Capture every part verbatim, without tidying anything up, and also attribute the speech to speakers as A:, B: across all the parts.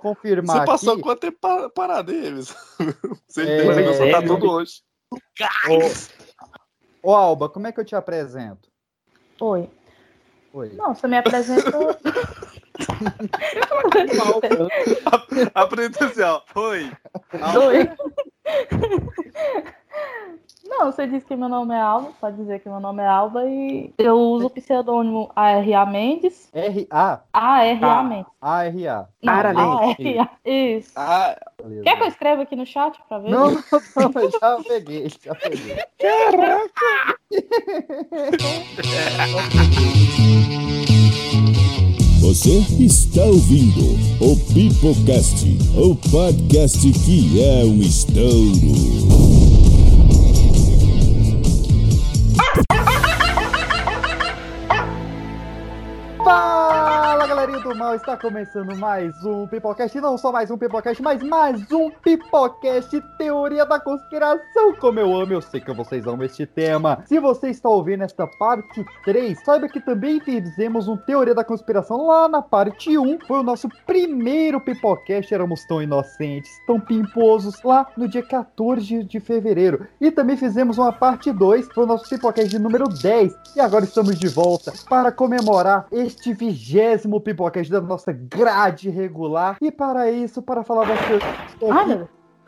A: confirmar
B: Você passou
A: aqui...
B: quanto tempo pa- parado, eles? Você
A: É,
B: tem que
A: é,
B: tá tudo hoje.
A: Ô, ô, Alba, como é que eu te apresento?
C: Oi.
A: Oi.
C: Não, você me apresentou...
B: Apresenta assim, ó. Oi.
C: Oi. Não, você disse que meu nome é Alba, pode dizer que meu nome é Alba e eu uso o pseudônimo A R A Mendes.
A: R A?
C: A R A Mendes.
A: A R A.
C: Não,
D: Ara
C: A R A. Isso.
B: Ah,
A: Beleza.
C: Quer que eu escreva aqui no chat pra ver?
A: Não, não, não, eu já peguei, já peguei.
E: Você está ouvindo o Pipocast, o podcast que é um estouro.
A: Fala, galerinha do mal, está começando mais um Pipocast, não só mais um Pipocast, mas mais um Pipocast Teoria da Conspiração. Como eu amo, eu sei que vocês amam este tema. Se você está ouvindo esta parte três, saiba que também fizemos um Teoria da Conspiração lá na parte um. Foi o nosso primeiro Pipocast, éramos tão inocentes, tão pimposos, lá no dia quatorze de fevereiro. E também fizemos uma parte dois, foi o nosso Pipocast de número dez. E agora estamos de volta para comemorar este Este vigésimo Pipocast da nossa grade regular. E para isso, para falar das coisas...
C: Ah, meu Deus.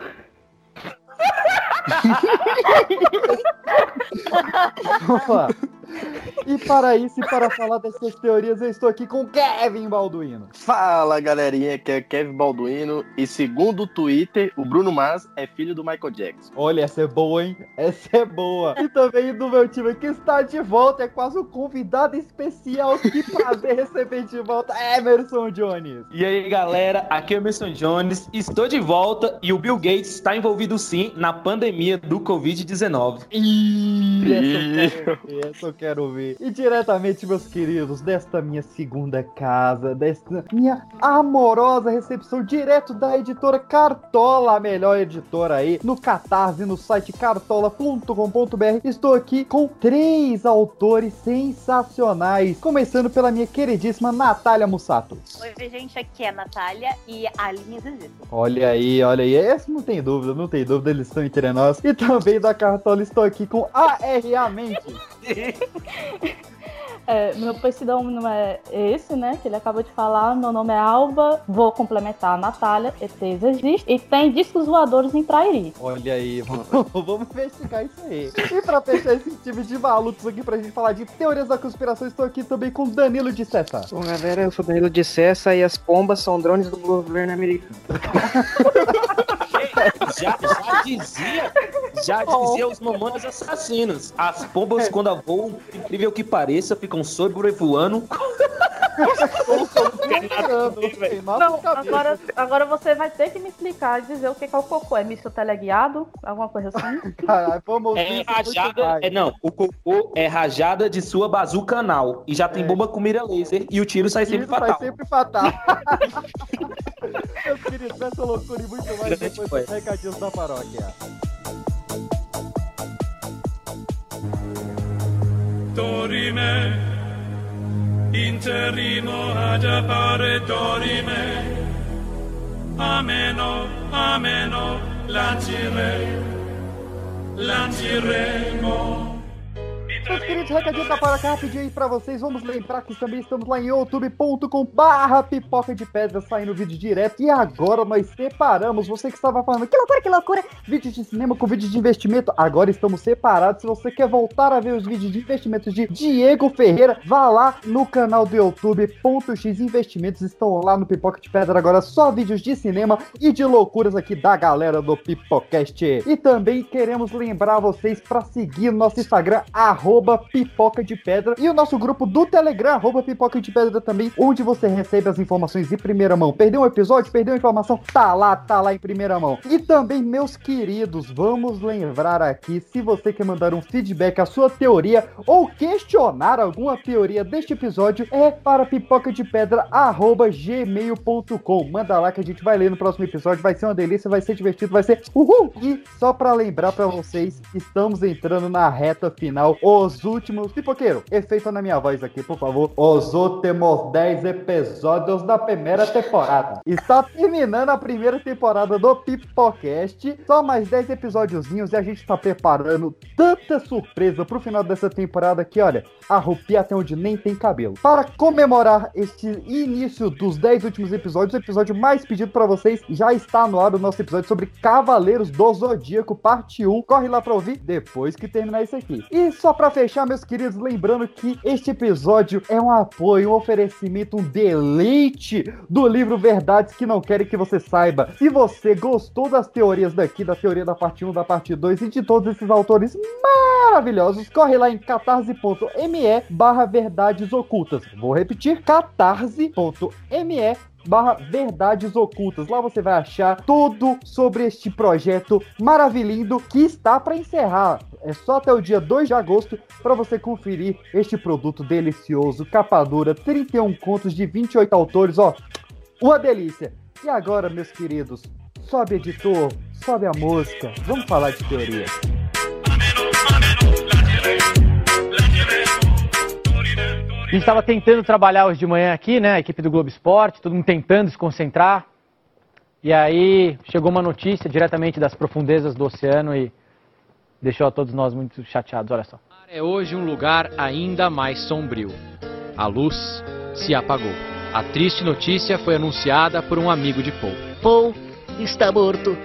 A: Opa. E para isso, e para falar dessas teorias, eu estou aqui com Kevin Balduino.
B: fala, galerinha, que é Kevin Balduino. E segundo o Twitter, o Bruno Mars é filho do Michael Jackson.
A: Olha, essa é boa, hein? Essa é boa. E também do meu time que está de volta, é quase um convidado especial. Que prazer receber de volta, Emerson Jones.
D: E aí, galera, aqui é o Emerson Jones, estou de volta e o Bill Gates está envolvido sim na pandemia do covid dezenove.
A: Ih, essa eu quero ver, essa eu quero ver. E diretamente, meus queridos, desta minha segunda casa, desta minha amorosa recepção, direto da editora Cartola, a melhor editora aí, no Catarse, no site cartola ponto com ponto b r. Estou aqui com três autores sensacionais, começando pela minha queridíssima Natália Mussato.
F: Oi, gente, aqui é a Natália e a linha existe.
A: Olha aí, olha aí, esse não tem dúvida, não tem dúvida, eles estão entre nós. E também da Cartola estou aqui com A R A Mendes.
C: É, meu pseudônimo é esse, né? Que ele acabou de falar. Meu nome é Alba. Vou complementar a Natália. E T existe. E tem discos voadores em Trairi.
A: Olha aí, vamos, vamos investigar isso aí. E pra fechar esse time de malucos aqui pra gente falar de teorias da conspiração, estou aqui também com Danilo de Cessa.
D: Bom, galera, eu sou Danilo de Cessa e as pombas são drones do governo americano. Já, já dizia, já dizia os mamonas assassinos. As pombas, quando voam, incrível que pareça, ficam sobrevoando.
C: Não, agora, agora você vai ter que me explicar e dizer o que é o cocô. É misto teleguiado? Alguma coisa assim?
A: Caralho, vamos
D: É
A: ouvir
D: rajada, é, não, o cocô é rajada de sua bazuca anal. E já tem
A: É.
D: bomba com mira laser e o tiro sai sempre
A: Isso
D: fatal.
A: vai sempre fatal. Meus queridos, essa loucura e muito mais
D: Grande
A: depois
D: coisa.
A: dos recadinhos da paróquia.
G: Dorime, interrimo ad appare dorime, ameno, ameno, lancire, lanciremo.
A: Meus queridos, recadinho da paróquia rapidinho aí pra vocês. Vamos lembrar que também estamos lá em youtube ponto com barra pipoca de pedra, saindo vídeo direto. E agora nós separamos, você que estava falando, que loucura, que loucura, vídeo de cinema com vídeo de investimento. Agora estamos separados. Se você quer voltar a ver os vídeos de investimentos de Diego Ferreira, vá lá no canal do youtube ponto x investimentos. Estão lá no Pipoca de Pedra agora, só vídeos de cinema e de loucuras aqui da galera do Pipocast. E também queremos lembrar vocês para seguir o nosso Instagram, arroba Pipoca de Pedra, e o nosso grupo do Telegram, arroba Pipoca de Pedra também, onde você recebe as informações em primeira mão. Perdeu um episódio? Perdeu a informação? Tá lá, tá lá em primeira mão. E também, meus queridos, vamos lembrar aqui, se você quer mandar um feedback, a sua teoria, ou questionar alguma teoria deste episódio, é para pipoca de pedra, arroba gmail ponto com. Manda lá que a gente vai ler no próximo episódio, vai ser uma delícia, vai ser divertido, vai ser uhul! E só para lembrar para vocês, estamos entrando na reta final, os os últimos... Pipoqueiro, efeito na minha voz aqui, por favor. Os últimos dez episódios da primeira temporada. Está terminando a primeira temporada do Pipocast. Só mais dez episódiozinhos e a gente está preparando tanta surpresa pro final dessa temporada que, olha, arrupia até onde nem tem cabelo. Para comemorar este início dos dez últimos episódios, o episódio mais pedido pra vocês já está no ar, o nosso episódio sobre Cavaleiros do Zodíaco, parte um. Corre lá pra ouvir depois que terminar isso aqui. E só pra fechar, meus queridos, lembrando que este episódio é um apoio, um oferecimento, um deleite do livro Verdades que Não Querem Que Você Saiba. Se você gostou das teorias daqui, da teoria da parte um, da parte dois e de todos esses autores maravilhosos, corre lá em catarse.me barra verdades ocultas. Vou repetir, catarse.me barra verdades ocultas. Lá você vai achar tudo sobre este projeto maravilhoso que está para encerrar. É só até o dia dois de agosto para você conferir este produto delicioso, capa dura, trinta e um contos de vinte e oito autores, ó, uma delícia. E agora, meus queridos, sobe editor, sobe a música, vamos falar de teoria.
H: A gente estava tentando trabalhar hoje de manhã aqui, né? A equipe do Globo Esporte, todo mundo tentando se concentrar. E aí chegou uma notícia diretamente das profundezas do oceano e deixou a todos nós muito chateados, olha só.
I: É hoje um lugar ainda mais sombrio. A luz se apagou. A triste notícia foi anunciada por um amigo de Paul.
J: Paul está morto.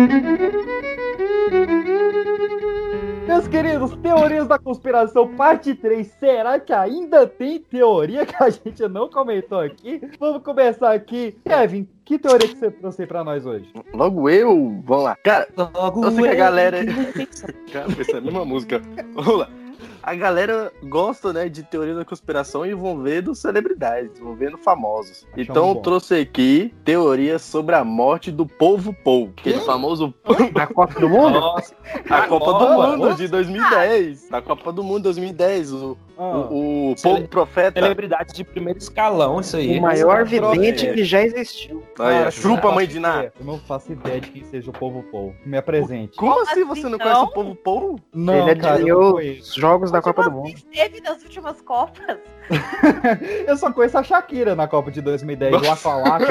A: Meus queridos, teorias da conspiração parte três. Será que ainda tem teoria que a gente não comentou aqui? Vamos começar aqui. Kevin, que teoria que você trouxe aí pra nós hoje?
B: Logo eu? Vamos lá. Cara,
D: Logo
B: eu sei que a
D: eu.
B: galera... Cara, essa é a mesma música. Vamos lá. A galera gosta, né, de teoria da conspiração e vão vendo celebridades, vão vendo famosos.
A: Achamos
B: Então eu
A: bom.
B: trouxe aqui teoria sobre a morte do povo Paul. Aquele famoso...
H: Na Copa do Mundo?
D: Nossa,
B: A Copa
D: Copa,
B: do Mundo
A: nossa.
B: de dois mil e dez. A Copa do Mundo dois mil e dez. O,
A: Ah,
B: o, o
D: Cele-
B: povo profeta.
D: celebridade de primeiro escalão, isso aí.
J: O maior
A: Exato.
J: vidente
A: É.
J: que já existiu.
B: Aí,
A: cara,
B: chupa
A: eu
B: a mãe
A: não
B: de
A: faço
B: Ná.
A: ideia. Eu não faço ideia de quem seja o povo Paul. Me apresente.
B: Como
F: Como
B: assim
F: assim,
B: você não
F: não?
B: conhece o povo Paul?
A: Não,
J: Ele
A: cara, eu
J: adivinhou
A: não
J: os
A: conheço.
J: jogos da Copa do Mundo.
F: Teve nas últimas Copas.
A: Eu só conheço a Shakira na Copa de dois mil e dez. O Aqualate.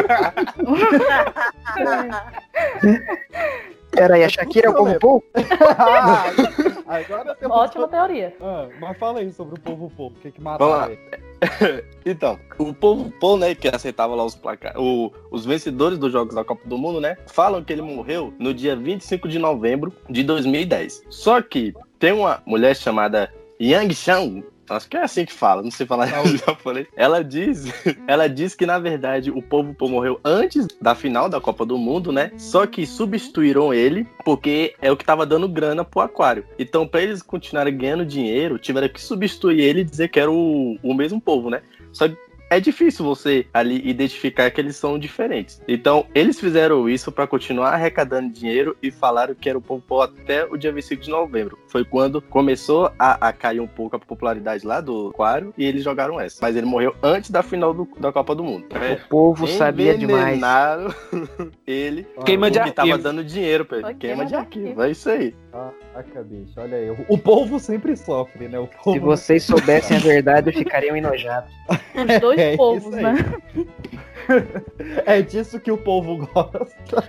J: Peraí, a Shakira é o povo Paul?
A: Ah, agora você
C: Ótima teoria.
A: Ah, mas fala aí sobre o povo Paul. O que que
B: Vamos
A: mataram
B: lá.
A: ele?
B: Então, o povo Paul, né, que aceitava lá os placar, o, os vencedores dos jogos da Copa do Mundo, né, falam que ele morreu no dia vinte e cinco de novembro de dois mil e dez. Só que tem uma mulher chamada Yang Shan, acho que é assim que fala, não sei falar em japonês. Ela diz, ela diz que na verdade o povo Paul morreu antes da final da Copa do Mundo, né? Só que substituíram ele porque é o que tava dando grana pro Aquário. Então, pra eles continuarem ganhando dinheiro, tiveram que substituir ele e dizer que era o, o mesmo povo, né? Só que é difícil você ali identificar que eles são diferentes. Então, eles fizeram isso para continuar arrecadando dinheiro e falaram que era o povo Paul até o dia vinte e cinco de novembro. Foi quando começou a, a cair um pouco a popularidade lá do Aquário e eles jogaram essa. Mas ele morreu antes da final do- da Copa do Mundo.
J: O povo sabia demais.
B: Envenenaram ele
D: Queima de
B: porque tava
D: arquivo.
B: dando dinheiro pra ele.
C: Foi
B: Queima
C: queima
B: de
C: de
B: arquivo.
C: arquivo.
B: É isso aí.
A: Caraca, bicho, olha aí. O, o povo sempre sofre, né? O povo...
J: Se vocês soubessem a verdade, ficariam enojados.
C: Os dois
A: É isso
C: povos,
A: aí.
C: né?
A: É disso que o povo gosta.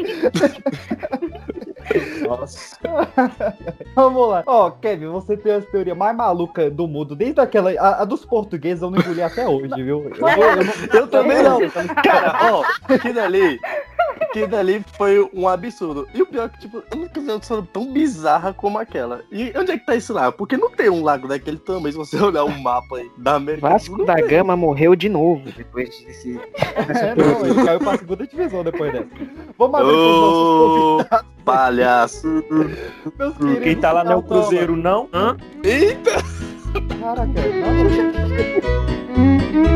D: Nossa.
A: Vamos lá. Ó, Kevin, você tem a teoria mais maluca do mundo. Desde aquela. A, a dos portugueses eu não engoli até hoje, viu? Eu, eu, eu, não-
B: Eu também não. Cara, ó, aquilo dali, aquilo dali foi um absurdo. E o pior é que, tipo, eu nunca vi uma coisa tão bizarra como aquela. E onde é que tá isso lá? Porque não tem um lago daquele tamanho, se você olhar o mapa aí da América.
J: Vasco
B: não
J: da
B: tem.
J: Gama morreu de novo depois desse.
A: É, não, ele caiu pra segunda divisão depois dessa. Vamos abrir pros nossos
B: Ô, palhaço.
A: convidados, meus queridos.
D: Quem tá lá não é o
A: Toma.
D: Cruzeiro, não? Hã?
B: Eita!
A: Caraca, não.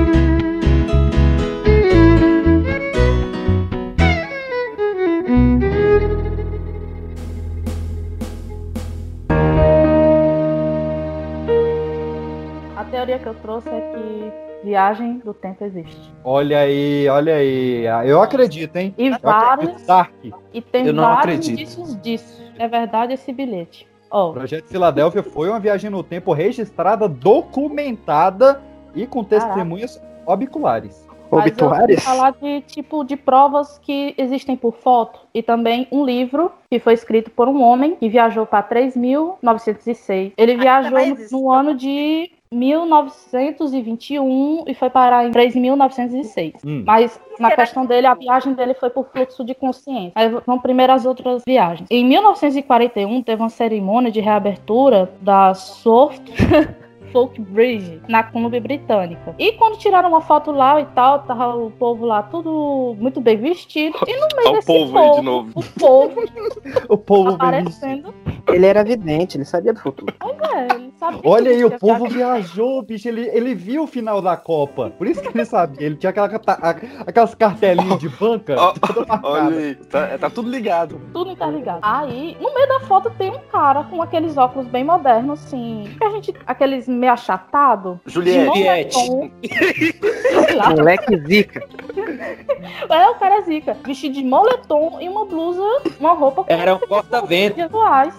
C: A teoria que eu trouxe é que viagem do tempo existe.
A: Olha aí, olha aí. Eu acredito, hein?
C: E
A: Eu
C: vários.
A: acredito. Dark.
C: E tem
D: Eu não
C: vários
D: acredito.
C: indícios disso. É verdade esse bilhete. Ó,
A: O Projeto Filadélfia foi uma viagem no tempo registrada, documentada e com testemunhas obiculares.
C: mas eu vou
J: Obituários?
C: falar de tipo de provas que existem por foto e também um livro que foi escrito por um homem que viajou para três mil novecentos e seis. Ele viajou
F: mais
C: no,
F: isso.
C: no ano de mil novecentos e vinte e um e foi parar em três mil novecentos e seis.
A: Hum.
C: Mas na
F: Será
C: questão dele, a viagem dele foi por fluxo de consciência. Aí vamos primeiro as outras viagens. Em mil novecentos e quarenta e um teve uma cerimônia de reabertura da Soft Folk Bridge na Colômbia Britânica. E quando tiraram uma foto lá e tal, tava o povo lá tudo muito bem vestido. E no meio
B: Olha o
C: desse
B: povo
C: povo,
B: aí de novo.
C: o povo
A: O povo bem vestido.
C: aparecendo.
J: Ele era vidente, ele sabia do futuro.
C: É, ele sabia
A: Olha
C: que
A: aí, o
C: tinha
A: povo
C: viajado.
A: viajou, bicho. Ele, ele viu o final da Copa. Por isso que ele sabia. Ele tinha aquela, cata- a- aquelas cartelinhas de banca.
B: Ó,
A: toda marcada.
B: Olha aí, tá, tá tudo ligado.
C: Tudo interligado. Aí, no meio da foto tem um cara com aqueles óculos bem modernos, assim. Que a gente, aqueles meio achatados.
B: Juliette.
C: Sei lá.
J: Moleque zica.
C: É, o cara é zica. Vestido de moletom e uma blusa, uma roupa com
D: Era um corta-vento.
C: casuais.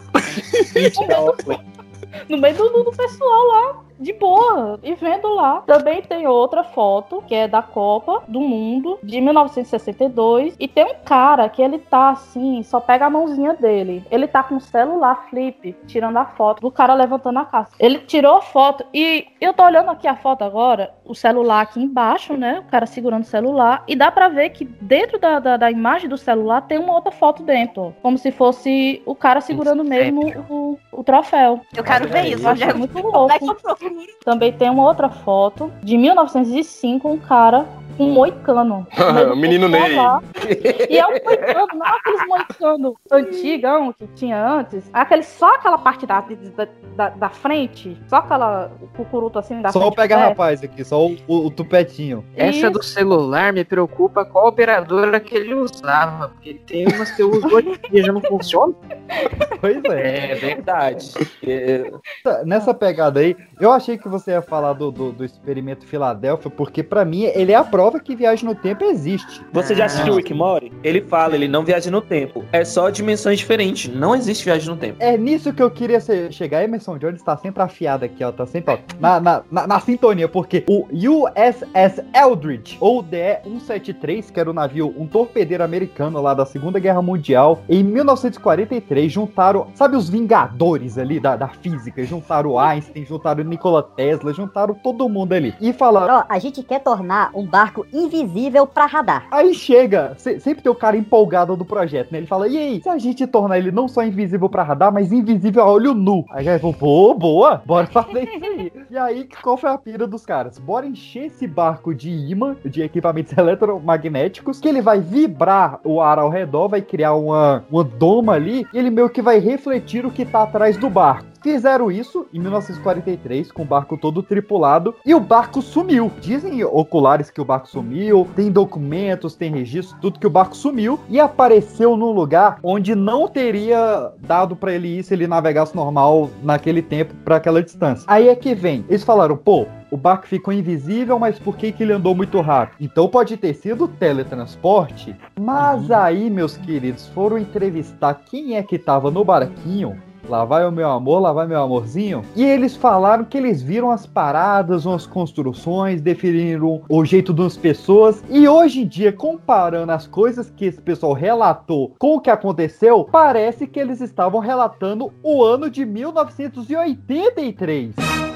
C: No meio do, do pessoal lá, de boa, e vendo lá. Também tem outra foto, que é da Copa do Mundo, de mil novecentos e sessenta e dois. E tem um cara que ele tá assim, só pega a mãozinha dele. Ele tá com o celular flip, tirando a foto do cara levantando a caça. Ele tirou a foto e eu tô olhando aqui a foto agora, o celular aqui embaixo, né? O cara segurando o celular. E dá pra ver que dentro da, da, da imagem do celular tem uma outra foto dentro, ó. Como se fosse o cara segurando mesmo o, o troféu.
F: Eu quero ver isso.
C: Eu achei
F: Onde é
C: muito
F: como é que
C: louco.
F: eu procuro?
C: Também tem uma outra foto de mil novecentos e cinco, um cara com um moicano. no meio do
B: O menino
C: pessoal
B: Ney.
C: lá. E é um moicano, não é aqueles moicanos antigão que tinha antes. É aquele, só aquela parte da, da, da, da frente, só aquela o cucuruto assim da
A: Só
C: frente.
A: o pega
C: pé.
A: rapaz aqui, só o, o, o tupetinho.
J: Essa
C: Isso.
J: do celular me preocupa qual operadora que ele usava. Porque tem umas que eu uso hoje em dia já não funciona.
A: Pois é.
D: É verdade. É,
A: Nessa pegada aí, eu achei que você ia falar do, do, do experimento Filadélfia, porque pra mim ele é a prova que viagem no tempo existe.
D: Você já assistiu o Rick and Morty? Ele fala, ele não viaja no tempo. É só dimensões diferentes. Não existe viagem no tempo.
A: É nisso que eu queria ser- chegar. Emerson Jones tá sempre afiado aqui, ó. Tá sempre ó, na, na, na, na sintonia, porque o U S S Eldridge, ou D E cento e setenta e três, que era o navio, um torpedeiro americano lá da Segunda Guerra Mundial, em mil novecentos e quarenta e três, juntaram, sabe os Vingadores ali da, da física? Juntaram o Einstein, juntaram o Nikola Tesla, juntaram todo mundo ali. E falaram,
K: Ó, a gente quer tornar um barco invisível pra radar.
A: aí chega, se- sempre tem o cara empolgado do projeto, né? Ele fala, e aí, se a gente tornar ele não só invisível pra radar, mas invisível a olho nu? Aí a gente falou, pô, boa, bora fazer isso aí. E aí, qual foi a pira dos caras? Bora encher esse barco de imã, de equipamentos eletromagnéticos, que ele vai vibrar o ar ao redor, vai criar uma, uma doma ali, e ele meio que vai refletir o que tá atrás do barco. Fizeram isso em mil novecentos e quarenta e três, com o barco todo tripulado, e o barco sumiu. Dizem oculares que o barco sumiu, tem documentos, tem registros, tudo que o barco sumiu, e apareceu num lugar onde não teria dado pra ele ir se ele navegasse normal naquele tempo, pra aquela distância. Aí é que vem, eles falaram, pô, o barco ficou invisível, mas por que que ele andou muito rápido? Então pode ter sido teletransporte? Mas aí, meus queridos, foram entrevistar quem é que tava no barquinho. Lá vai o meu amor, lá vai meu amorzinho. E eles falaram que eles viram as paradas, umas construções, definiram o jeito das pessoas. E hoje em dia, comparando as coisas que esse pessoal relatou com o que aconteceu, parece que eles estavam relatando o ano de mil novecentos e oitenta e três.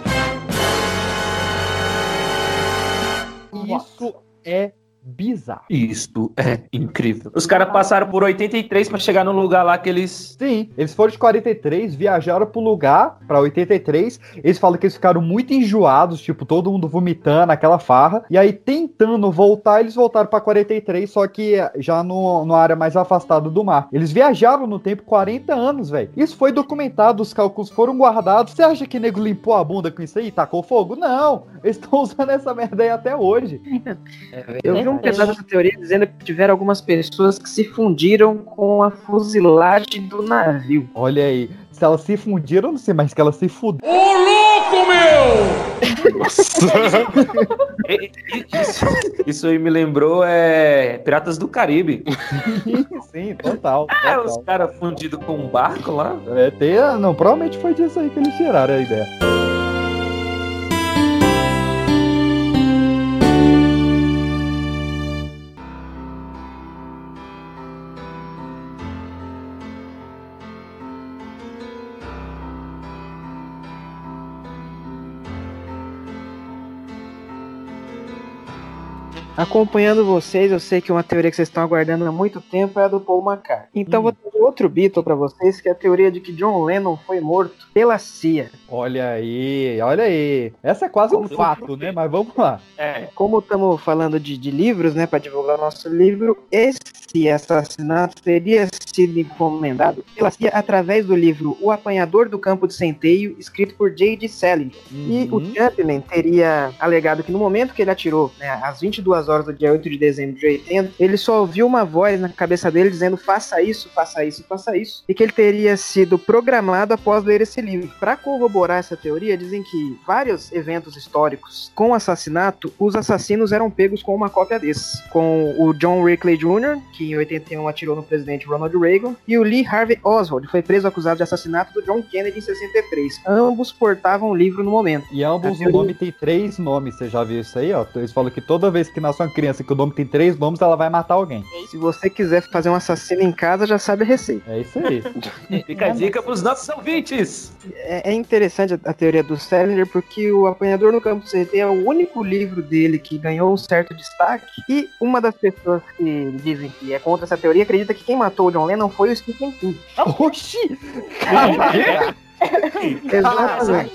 A: Isso é bizarro.
D: Isto é incrível. Os caras passaram por oitenta e três pra chegar no lugar lá que eles...
A: Sim, eles foram de quarenta e três, viajaram pro lugar, pra oitenta e três. Eles falam que eles ficaram muito enjoados, tipo, todo mundo vomitando, aquela farra. E aí, tentando voltar, eles voltaram pra quarenta e três, só que já no, numa área mais afastada do mar. Eles viajaram no tempo quarenta anos, velho. Isso foi documentado, os cálculos foram guardados. Você acha que nego limpou a bunda com isso aí e tacou fogo? Não, eles estão usando essa merda aí até hoje.
J: Eu vi um um pedaço dessa teoria dizendo que tiveram algumas pessoas que se fundiram com a fuzilagem do navio.
A: Olha aí, se elas se fundiram, eu não sei, mas que elas se fuderam.
G: Ô, louco, meu!
D: isso, isso aí me lembrou é, Piratas do Caribe.
A: Sim, total.
D: Ah,
A: total.
D: os caras fundidos com um barco lá.
A: É, tem, não, provavelmente foi disso aí que eles tiraram a ideia.
J: Acompanhando vocês, eu sei que uma teoria que vocês estão aguardando há muito tempo é a do Paul McCartney. Então
A: Hum.
J: vou trazer outro Beatle pra vocês, que é a teoria de que John Lennon foi morto pela C I A.
A: Olha aí, olha aí. Essa é quase um fato, né? Mas vamos lá.
D: É.
J: Como estamos falando de, de livros, né, para divulgar o nosso livro, esse assassinato teria sido encomendado pela C I A através do livro O Apanhador do Campo de Centeio, escrito por J D Salinger.
A: Uhum.
J: E o Chaplin teria alegado que no momento que ele atirou, né, às vinte e duas horas do dia oito de dezembro de oitenta, ele só ouviu uma voz na cabeça dele dizendo faça isso, faça isso, faça isso, e que ele teria sido programado após ler esse livro. Para corroborar essa teoria, dizem que vários eventos históricos com assassinato, os assassinos eram pegos com uma cópia desse. Com o John Rickley Júnior, que em oitenta e um atirou no presidente Ronald Reagan, e o Lee Harvey Oswald, foi preso acusado de assassinato do John Kennedy em sessenta e três. Ambos portavam o livro no momento.
A: E ambos
J: A
A: o
J: teoria-
A: nome tem três nomes, você já viu isso aí, ó? Eles falam que toda vez que nasce uma criança que o nome tem três nomes, ela vai matar alguém.
J: Se você quiser fazer um assassino em casa, já sabe a receita.
A: É isso aí.
D: Fica a dica pros nossos ouvintes.
J: É, é interessante a, a teoria do Salinger, porque o Apanhador no Campo de Centeio é o único livro dele que ganhou um certo destaque, e uma das pessoas que dizem que é contra essa teoria acredita que quem matou o John Lennon foi o Stephen King.
A: Oxi!
J: Exatamente.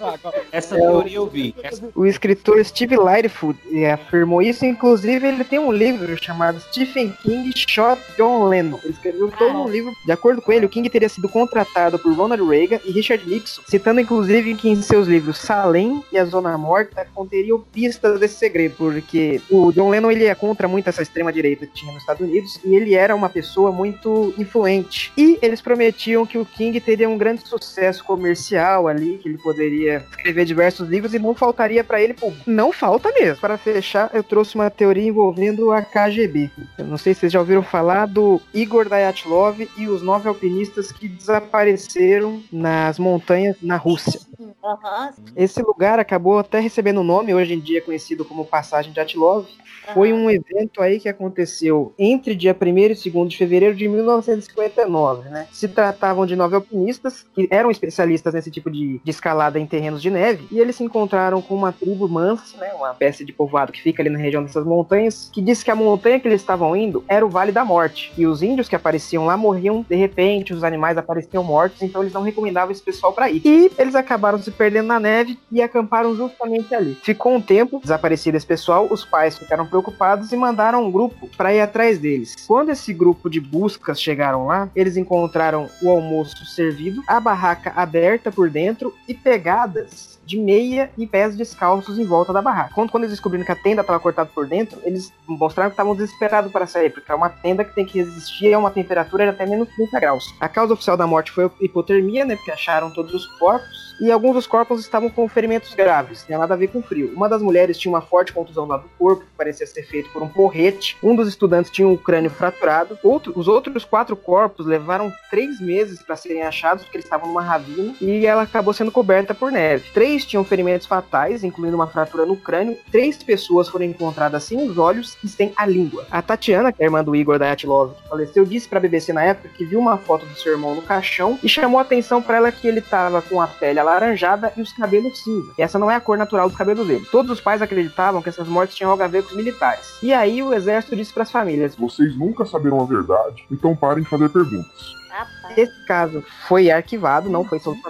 D: Essa teoria eu vi.
J: O escritor Steve Lightfoot eh, afirmou isso, inclusive ele tem um livro chamado Stephen King Shot John Lennon. Ele escreveu todo um livro. De acordo com ele, o King teria sido contratado por Ronald Reagan e Richard Nixon, citando inclusive que em seus livros Salem e a Zona Morta conteriam pistas desse segredo, porque o John Lennon ele é contra muito essa extrema-direita que tinha nos Estados Unidos, e ele era uma pessoa muito influente. E eles prometiam que o King teria um grande sucesso comercial ali, que ele poderia escrever diversos livros e não faltaria pra ele público. Não falta mesmo. Para fechar, eu trouxe uma teoria envolvendo a K G B. Eu não sei se vocês já ouviram falar do Igor Dyatlov e os nove alpinistas que desapareceram nas montanhas na Rússia.
F: Aham.
J: Esse lugar acabou até recebendo o nome, hoje em dia conhecido como Passagem de Dyatlov. Foi um evento aí que aconteceu entre dia primeiro e segundo de fevereiro de mil novecentos e cinquenta e nove, né? Se tratavam de nove alpinistas que eram especialistas nesse tipo de, de escalada em terrenos de neve, e eles se encontraram com uma tribo mansa, né? Uma espécie de povoado que fica ali na região dessas montanhas, que disse que a montanha que eles estavam indo era o Vale da Morte, e os índios que apareciam lá morriam de repente, os animais apareciam mortos, então eles não recomendavam esse pessoal para ir. E eles acabaram se perdendo na neve e acamparam justamente ali. Ficou um tempo desaparecido esse pessoal, os pais ficaram preocupados e mandaram um grupo para ir atrás deles. Quando esse grupo de buscas chegaram lá, eles encontraram o almoço servido, a barraca aberta por dentro e pegadas de meia e pés descalços em volta da barraca. Quando, quando eles descobriram que a tenda estava cortada por dentro, eles mostraram que estavam desesperados para sair, porque é uma tenda que tem que resistir a uma temperatura de até menos trinta graus. A causa oficial da morte foi hipotermia, né, porque acharam todos os corpos, e alguns dos corpos estavam com ferimentos graves, não tinha nada a ver com frio. Uma das mulheres tinha uma forte contusão no lado do corpo, que parecia ser feito por um porrete. Um dos estudantes tinha o crânio fraturado. Outro, os outros quatro corpos levaram três meses para serem achados, porque eles estavam numa ravina, e ela acabou sendo coberta por neve. Três tinham ferimentos fatais, incluindo uma fratura no crânio. Três pessoas foram encontradas sem os olhos e sem a língua. A Tatiana, que é a irmã do Igor Dyatlov, que faleceu, disse para a B B C na época que viu uma foto do seu irmão no caixão e chamou a atenção para ela que ele estava com a pele alaranjada e os cabelos cinza. E essa não é a cor natural dos cabelos dele. Todos os pais acreditavam que essas mortes tinham algo a ver com os militares. E aí o exército disse para as famílias:
L: vocês nunca saberão a verdade, então parem de fazer perguntas.
J: Esse caso foi arquivado, não foi solucionado.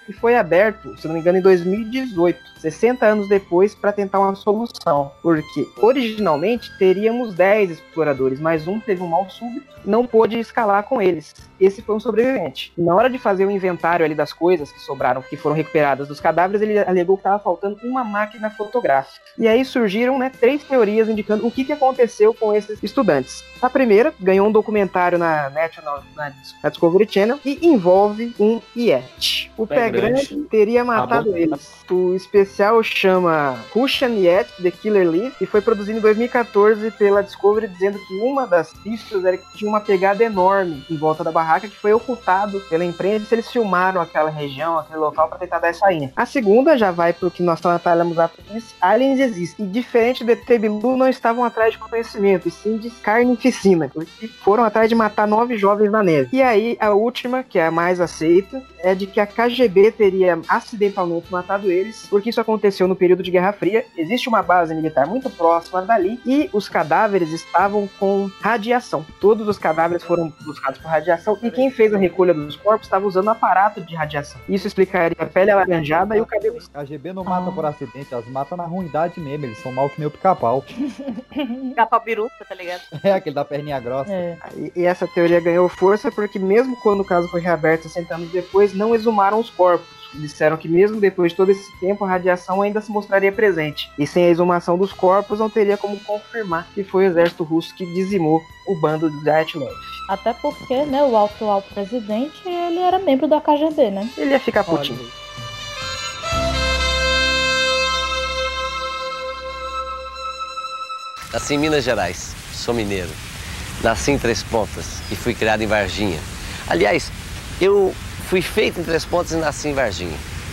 J: e foi aberto, se não me engano, em dois mil e dezoito, sessenta anos depois, para tentar uma solução. Porque, originalmente, teríamos dez exploradores, mas um teve um mal súbito e não pôde escalar com eles. Esse foi um sobrevivente. Na hora de fazer o inventário ali das coisas que sobraram, que foram recuperadas dos cadáveres, ele alegou que estava faltando uma máquina fotográfica. E aí surgiram, né, três teorias indicando o que, que aconteceu com esses estudantes. A primeira ganhou um documentário na National, na, na Discovery Channel, e envolve um Yeti. O Pé, Pé Grande. Grande teria matado ah, eles. O especial chama Russian Yeti, The Killer Leaf, e foi produzido em dois mil e catorze pela Discovery, dizendo que uma das pistas era que tinha uma pegada enorme em volta da barraca, que foi ocultado pela imprensa. Eles filmaram aquela região, aquele local, para tentar dar essa linha. A segunda já vai pro que nós trabalhamos lá, aliens existem. E diferente do E T Bilu, não estavam atrás de conhecimento, e sim de carnificina, porque foram atrás de matar nove jovens na neve. E aí, a última, que é a mais aceita, é de que a K G B teria acidentalmente matado eles, porque isso aconteceu no período de Guerra Fria. Existe uma base militar muito próxima dali, e os cadáveres estavam com radiação. Todos os cadáveres foram buscados por radiação, e quem fez a recolha dos corpos estava usando um aparato de radiação. Isso explicaria a pele alaranjada e o cabelo.
A: A K G B não mata por acidente, elas matam na ruindade mesmo, eles são mal que nem o pica-pau.
F: Pica-pau biruta, tá ligado?
A: É, aquele da perninha grossa.
J: É. E, e essa teoria ganhou força porque mesmo quando o caso foi reaberto sessenta anos depois, não exumaram os corpos. Disseram que mesmo depois de todo esse tempo, a radiação ainda se mostraria presente. E sem a exumação dos corpos, não teria como confirmar que foi o exército russo que dizimou o bando de Dyatlov.
C: Até porque, né, o atual presidente, ele era membro da K G B, né?
J: Ele ia ficar putinho.
L: Nasci em Minas Gerais, sou mineiro. Nasci em Três Pontas e fui criado em Varginha. Aliás, eu fui feito em Três Pontas e nasci em Varginha.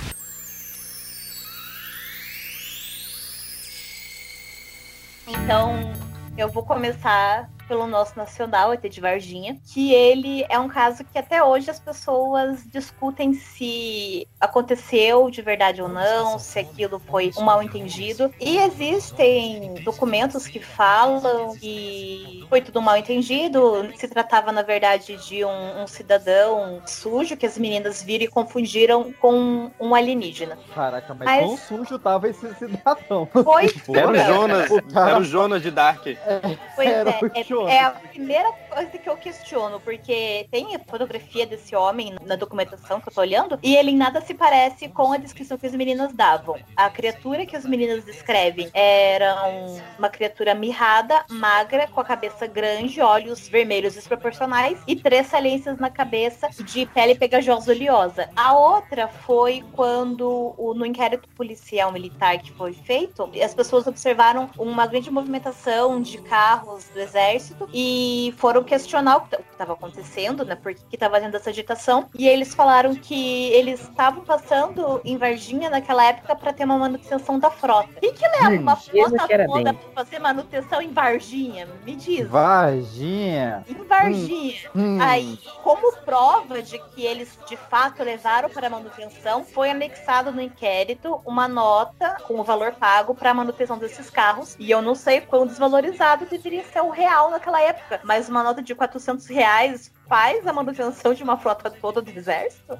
F: Então, eu vou começar pelo nosso nacional, E T de Varginha, que ele é um caso que até hoje as pessoas discutem se aconteceu de verdade ou não, se aquilo foi um mal-entendido. E existem documentos que falam que foi tudo mal-entendido, se tratava, na verdade, de um, um cidadão sujo que as meninas viram e confundiram com um alienígena.
A: Caraca, mas,
F: mas...
A: quão sujo tava esse cidadão?
F: Foi
B: Era o Jonas, era o Jonas de Dark.
F: É, pois
A: era
F: é, é É a primeira coisa que eu questiono, porque tem a fotografia desse homem na documentação que eu tô olhando, e ele em nada se parece com a descrição que as meninas davam. A criatura que as meninas descrevem era uma criatura mirrada, magra, com a cabeça grande, olhos vermelhos desproporcionais e três saliências na cabeça, de pele pegajosa oleosa. A outra foi quando, no inquérito policial militar que foi feito, as pessoas observaram uma grande movimentação de carros do exército e foram questionar o que estava acontecendo, né? Por que estava tendo essa agitação. E eles falaram que eles estavam passando em Varginha naquela época para ter uma manutenção da frota. Quem que leva hum, uma frota toda para fazer manutenção em Varginha? Me diz.
A: Varginha.
F: Em Varginha. Hum, Aí, como prova de que eles de fato levaram para a manutenção, foi anexado no inquérito uma nota com o valor pago para a manutenção desses carros. E eu não sei quão desvalorizado deveria ser o real naquela época, mas uma nota de quatrocentos reais faz a manutenção de uma frota toda do exército?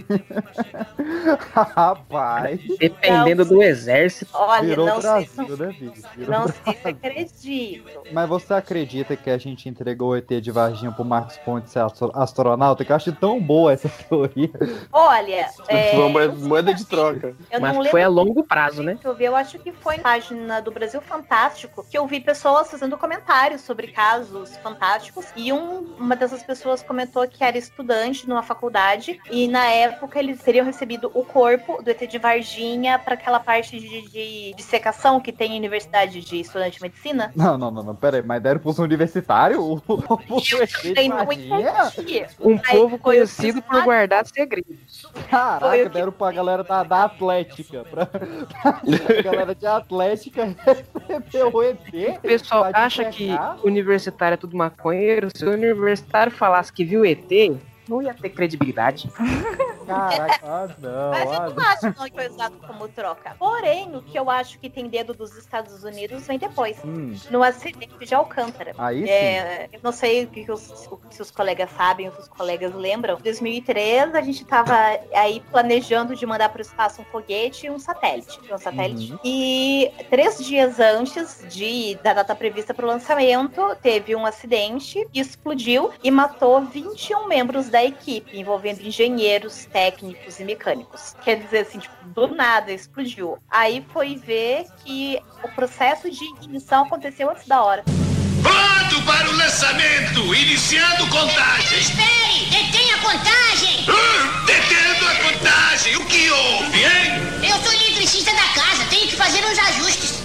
A: Rapaz.
J: Dependendo não, do exército.
F: Olha,
A: virou
F: não
A: Brasil,
F: sei,
A: né, bicho?
F: Não sei se acredito.
A: Mas você acredita que a gente entregou o E T de Varginha pro Marcos Pontes ser astronauta? Que eu acho tão boa essa teoria.
F: Olha, é,
B: foi uma moeda de troca.
F: Eu
J: Mas
F: não
J: foi a longo prazo, né?
F: Eu, vi, eu acho que foi na página do Brasil Fantástico que eu vi pessoas fazendo comentários sobre casos fantásticos, e um, uma dessas pessoas comentou que era estudante numa faculdade e na época eles teriam recebido o corpo do E T de Varginha para aquela parte de, de, de secação que tem em Universidade de Estudante de Medicina.
A: Não, não, não, não, pera aí, mas deram pro universitário? O, o, o E T de Varginha?
J: Um aí povo conhecido o... por guardar segredos.
A: Caraca, deram pra galera da, da Atlética, pra, pra galera de Atlética receber o E T.
J: O pessoal acha que universitário é tudo maconheiro. Se o universitário falasse que viu E T, não ia ter credibilidade.
A: Caraca, ah, não.
F: Mas
A: ah,
F: eu não acho não que foi usado como troca. Porém, o que eu acho que tem dedo dos Estados Unidos vem depois.
A: Hum.
F: No acidente de Alcântara.
A: Aí
F: é, eu não sei o que os, se os colegas sabem, se os colegas lembram. Em dois mil e três, a gente tava aí planejando de mandar para o espaço um foguete e um satélite. Um satélite.
A: Uhum.
F: E três dias antes de, da data prevista para o lançamento, teve um acidente, explodiu e matou vinte e um membros da equipe, envolvendo engenheiros, técnicos e mecânicos. Quer dizer assim, tipo, do nada explodiu. Aí foi ver que o processo de ignição aconteceu antes da hora.
G: Pronto para o lançamento! Iniciando contagem!
M: Espere! Detenha a contagem!
G: Uh, detendo a contagem! O que houve, hein?
M: Eu sou eletricista da casa, tenho que fazer uns ajustes.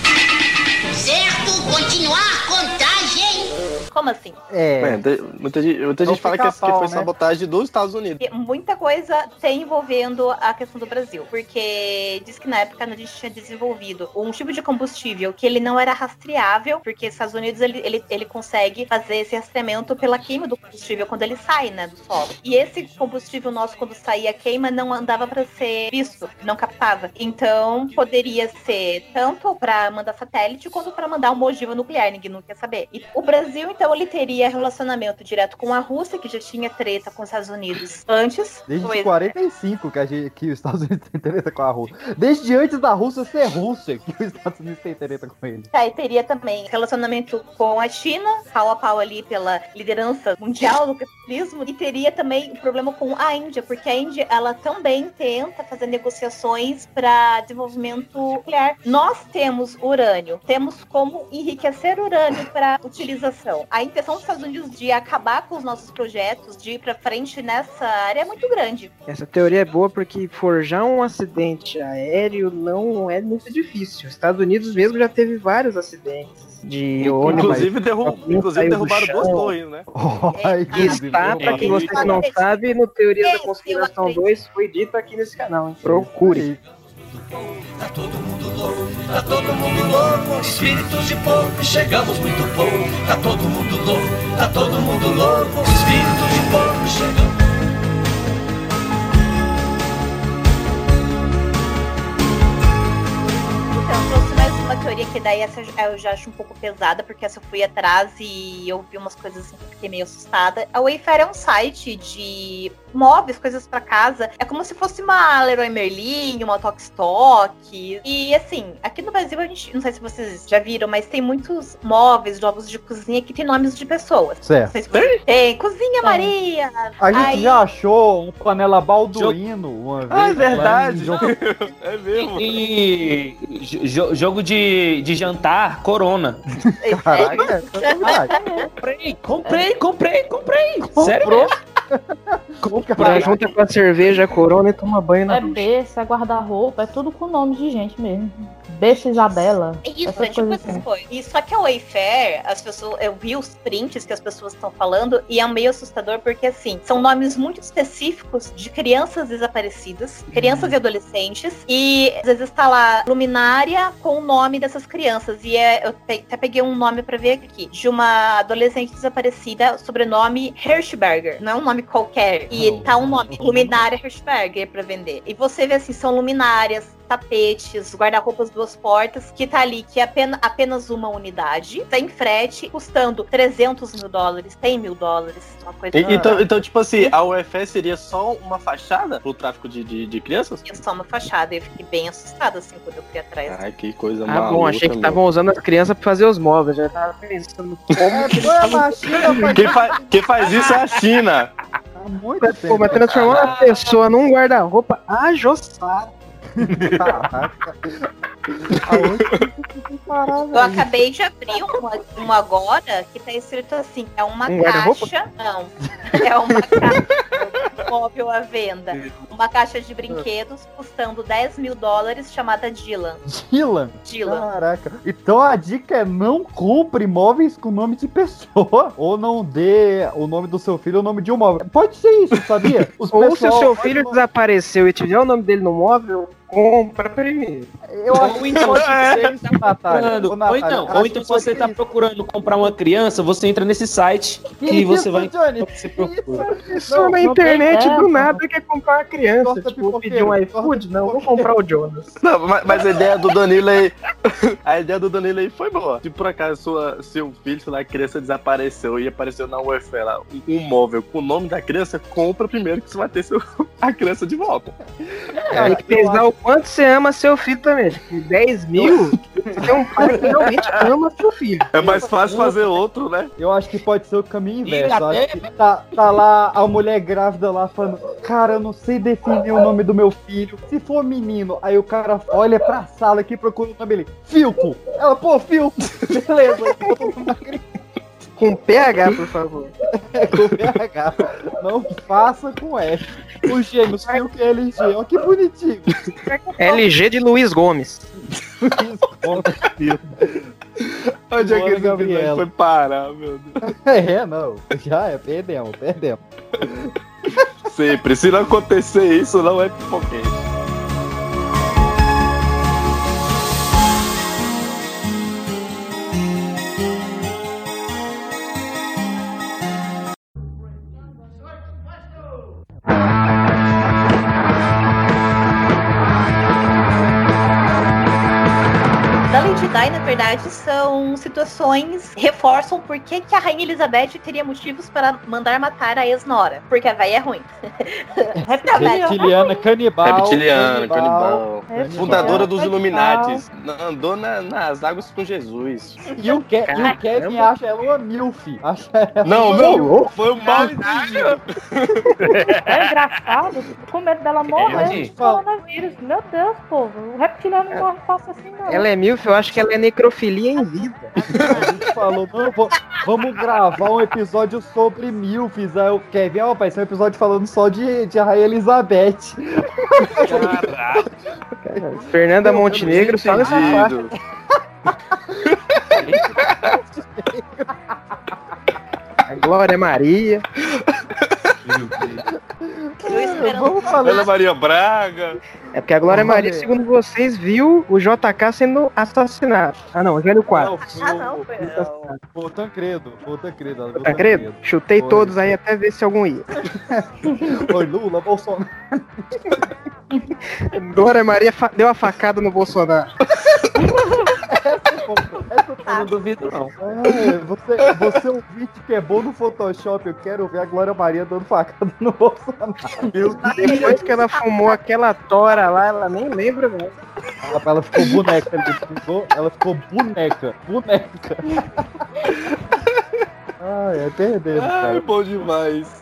M: Certo? Continuar contagem!
F: Como assim?
A: É.
B: É, de- muita gente, muita gente fala que, que
A: pica-pau,
B: foi
A: né?
B: sabotagem dos Estados Unidos.
F: E muita coisa tem envolvendo a questão do Brasil, porque diz que na época a gente tinha desenvolvido um tipo de combustível que ele não era rastreável, porque os Estados Unidos ele, ele, ele consegue fazer esse rastreamento pela queima do combustível quando ele sai, né, do solo. E esse combustível nosso, quando saía a queima, não andava para ser visto, não captava. Então, poderia ser tanto para mandar satélite quanto para mandar uma ogiva nuclear, ninguém não quer saber. E o Brasil, então, ele teria relacionamento direto com a Rússia, que já tinha treta com os Estados Unidos antes.
A: Desde
F: Pois-
A: quarenta e cinco que, a gente, que os Estados Unidos tem treta com a Rússia. Desde antes da Rússia ser Rússia, que os Estados Unidos tem treta com ele.
F: Aí teria também relacionamento com a China, pau a pau ali pela liderança mundial do capitalismo, e teria também o problema com a Índia, porque a Índia, ela também tenta fazer negociações para desenvolvimento nuclear. Nós temos urânio, temos como enriquecer urânio para utilização. A intenção dos Estados Unidos de acabar com os nossos projetos, de ir para frente nessa área é muito grande.
J: Essa teoria é boa porque forjar um acidente aéreo não é muito difícil. Os Estados Unidos mesmo já teve vários acidentes de ônibus.
B: Inclusive, derru-
J: Um
B: inclusive
J: saiu do
B: derrubaram
J: chão.
B: duas torres, né?
A: Ai,
J: E está, pra quem você que não sabe, no Teoria da Conspiração dois foi dito aqui nesse canal, hein? Procure.
G: Tá todo mundo louco, tá todo mundo louco. Espíritos de porco, chegamos muito pouco. Tá todo mundo louco, tá todo mundo louco. Espíritos de porco, chegamos.
F: Então, trouxe mais uma teoria que daí essa eu já acho um pouco pesada, porque essa eu fui atrás e eu vi umas coisas assim que eu fiquei meio assustada. A Wayfair é um site de móveis, coisas pra casa. É como se fosse uma Leroy Merlin, uma Tokstok. E assim, aqui no Brasil a gente, não sei se vocês já viram, mas tem muitos móveis, jogos de cozinha que tem nomes de pessoas.
A: Certo.
F: Não sei se vocês- Tem, Cozinha Maria.
A: A gente
F: Aí-
A: já achou uma panela Balduino uma vez.
B: Ah, é verdade.
A: lá em-
B: É mesmo.
D: E jo- jogo de, de jantar, Corona.
A: Caraca,
D: Comprei, comprei, comprei, comprei. Sério
A: Comprou?
D: mesmo.
J: Pra junta com a cerveja, Corona e toma banho na
C: É berço, é guarda-roupa, é tudo com nome de gente mesmo. Berço Isabela.
F: É isso,
C: essas
F: é tipo
C: coisas
F: essas
C: assim.
F: coisas. E só que a Wayfair, as pessoas, eu vi os prints que as pessoas estão falando e é meio assustador porque, assim, são nomes muito específicos de crianças desaparecidas, crianças e adolescentes, e às vezes tá lá luminária com o nome dessas crianças. E é, eu pe- até peguei um nome pra ver aqui, de uma adolescente desaparecida, sobrenome Hirschberger. Não é um nome qualquer. E tá um nome, luminária Hirschberger, pra vender. E você vê assim, são luminárias, tapetes, guarda-roupas duas portas, que tá ali, que é apenas, apenas uma unidade, sem frete, custando trezentos mil dólares, cem mil dólares, uma coisa...
B: E- Então, então, tipo assim, a U F S seria só uma fachada pro tráfico de, de, de crianças?
F: É só uma fachada, eu fiquei bem assustada, assim, quando eu fui atrás.
B: Ai, que coisa
J: Ah,
B: maluca.
J: bom, achei que
B: meu.
J: estavam usando as crianças pra fazer os móveis. Já tava pensando como
A: É,
J: que
A: foi a machina,
B: Quem, fa- quem faz isso é a China.
A: há muito
J: Pô,
A: tempo.
J: mas transformou uma pessoa num guarda-roupa ajossado.
A: Caraca. Aonde que parar,
F: Eu
A: velho?
F: acabei de abrir uma, uma agora que tá escrito assim, é uma
J: Um guarda-roupa?
F: caixa... Não, é uma caixa móvel à venda. Uma caixa de brinquedos custando dez mil dólares, chamada Dylan.
A: Dylan?
F: Dylan.
A: Caraca. Então a dica é não compre móveis com nome de pessoa. Ou não dê o nome do seu filho o nome de um móvel. Pode ser isso, sabia? Os
J: Ou se o
A: pessoal-
J: seu filho desapareceu e tiver o nome dele no móvel, compra primeiro.
A: Eu acho
D: Ou então, se
A: é.
D: você tá procurando,
A: Ô, Natália,
D: ou então,
A: acho
D: ou então
A: que
D: se você
A: pode
D: tá
A: ser
D: procurando comprar uma criança, você entra nesse site que
A: Que
D: você
A: isso,
D: vai
A: Johnny?
D: você procura.
J: Pessoa
A: Não,
J: na
A: não
J: internet
C: tem
J: do
C: essa.
J: nada quer comprar uma criança.
A: Torta
J: Tipo,
A: pipoqueiro,
J: pedir um
A: torta
J: iFood? Não, vou
A: pipoqueiro.
J: comprar o Jonas.
B: Não, mas, mas a ideia do Danilo aí. A ideia do Danilo aí foi boa. Se por acaso sua, seu filho, sei lá, a criança desapareceu e apareceu na U F L lá, um, um móvel com o nome da criança, compra primeiro que você vai ter seu, a criança de volta.
J: Tem que pesar o quanto você ama seu filho também. Tipo, dez mil, você tem um pai que realmente ama seu filho.
B: É mais fácil fazer outro, né?
A: Eu acho que pode ser o caminho
D: E
A: inverso. Eu
D: até-
A: acho que tá, tá lá a mulher grávida lá falando, cara, eu não sei definir o nome do meu filho. Se for menino, aí o cara olha pra sala aqui e procura o nome dele. Filco! Ela, pô, Filco! Beleza, então uma criança
J: Com P H, por favor.
A: com P H. Não faça com F. Os gêmeos, Filco e L G. Olha que bonitinho.
J: L G de Luiz Gomes.
B: Onde é que
A: Bora,
B: esse
A: Gabriela.
B: episódio foi parar, meu Deus?
A: É, não. Já é, perdemos, perdemos.
B: Sempre. Se não acontecer isso, não é pipoquete.
F: Da Lady Di, na verdade, são situações que reforçam por que, que a Rainha Elizabeth teria motivos para mandar matar a ex-nora. Porque a véia é ruim.
A: Reptiliana, canibal.
B: Reptiliana, canibal.
C: Reptiliana,
B: Fundadora dos
C: canibal.
B: Illuminatis. Andou na- nas águas com Jesus.
A: E o, Ke e o Kevin acha ela uma milf. Acha ela
B: Não,
A: uma
B: meu,
A: milf.
B: foi um mal entendido.
C: É engraçado, com medo dela morrer
D: gente.
C: de coronavírus. Meu Deus, povo. O reptiliano não morre fácil assim, não.
J: Ela é milf, eu acho que ela é necrofilia em vida.
A: A gente falou, não, vo- vamos gravar um episódio sobre milfs. Aí o Kevin, ó, vai ser um episódio falando só de, de Rainha Elizabeth.
B: Caraca.
J: Fernanda Montenegro só nessa faixa.
B: Entendido.
J: A Glória Maria.
F: Eu espero
A: Vamos falar.
B: Ana Maria Braga.
J: É porque a Glória
A: Vamos
J: Maria,
A: ver.
J: segundo vocês, viu o J K sendo assassinado. Ah, não, Velho quatro.
A: Não, foi
F: Ah,
A: o-
F: não, foi
A: o- Foi o Tancredo. Foi o Tancredo. ela viu o
J: Tancredo? Chutei
A: Foi.
J: todos aí até ver se algum ia.
A: Foi Lula, Bolsonaro.
J: Glória Maria fa- deu a facada no Bolsonaro.
A: Essa
D: Eu não duvido, não.
A: É, você, você ouvinte que é bom no Photoshop, eu quero ver a Glória Maria dando facada no Bolsonaro. Meu Deus.
J: Depois que ela fumou aquela tora lá, ela nem lembra, velho.
A: Ela, ela ficou boneca, ele ficou, ela ficou boneca, boneca. Ai, é perdendo,
B: Ai,
A: cara.
B: bom demais.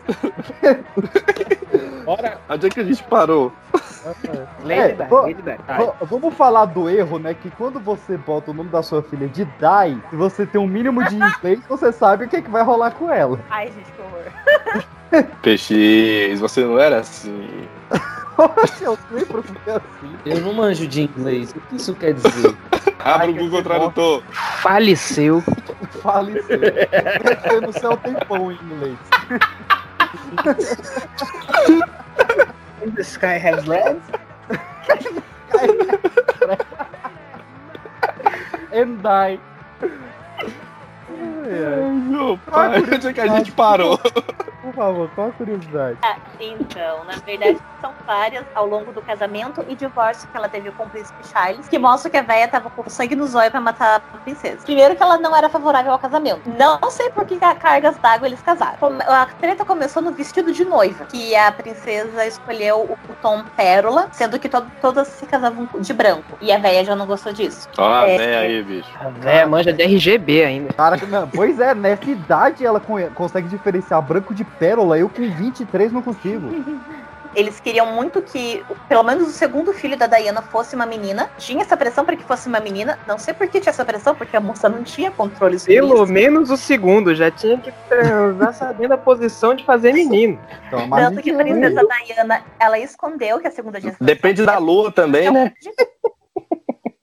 D: Bora.
B: Onde é que a gente parou?
A: É,
J: Lady Di,
A: vo-
J: Lady Di.
A: v- vamos falar do erro, né? Que quando você bota o nome da sua filha de Dai, se você tem um mínimo de inglês, você sabe o que, é que vai rolar com ela.
F: Ai, gente, que horror.
B: P X, você não era assim.
A: Poxa, eu sempre fui assim.
D: Eu não manjo de inglês. O que isso quer dizer?
B: Abre o Google Tradutor.
J: Faleceu.
A: Faleceu. Porque no céu tem pão em inglês.
J: And the sky has red.
A: And die.
B: Meu pai, onde é que a gente parou?
A: Por favor, qual a curiosidade?
F: Ah, então, na verdade, são várias ao longo do casamento e divórcio que ela teve com o príncipe Charles, que mostra que a véia tava com sangue no zóio pra matar a princesa. Primeiro que ela não era favorável ao casamento. Não sei por que a cargas d'água eles casaram. Come- A treta começou no vestido de noiva, que a princesa escolheu o, o tom pérola, sendo que to- todas se casavam de branco. E a véia já não gostou disso.
B: Ó,
F: É.
B: vem aí, bicho.
J: A véia manja de R G B ainda.
A: Cara, não, pois é, nessa idade ela con- consegue diferenciar branco de pérola, eu com vinte e três não consigo.
F: Eles queriam muito que, pelo menos o segundo filho da Diana fosse uma menina. Tinha essa pressão para que fosse uma menina. Não sei por que tinha essa pressão, porque a moça não tinha controle sobre
J: Pelo
F: isso.
J: menos o segundo, já tinha que transar sabendo a posição de fazer menino.
A: Então, mas
F: Tanto que a princesa Diana, ela escondeu que a segunda gestação...
B: Depende da lua também, né?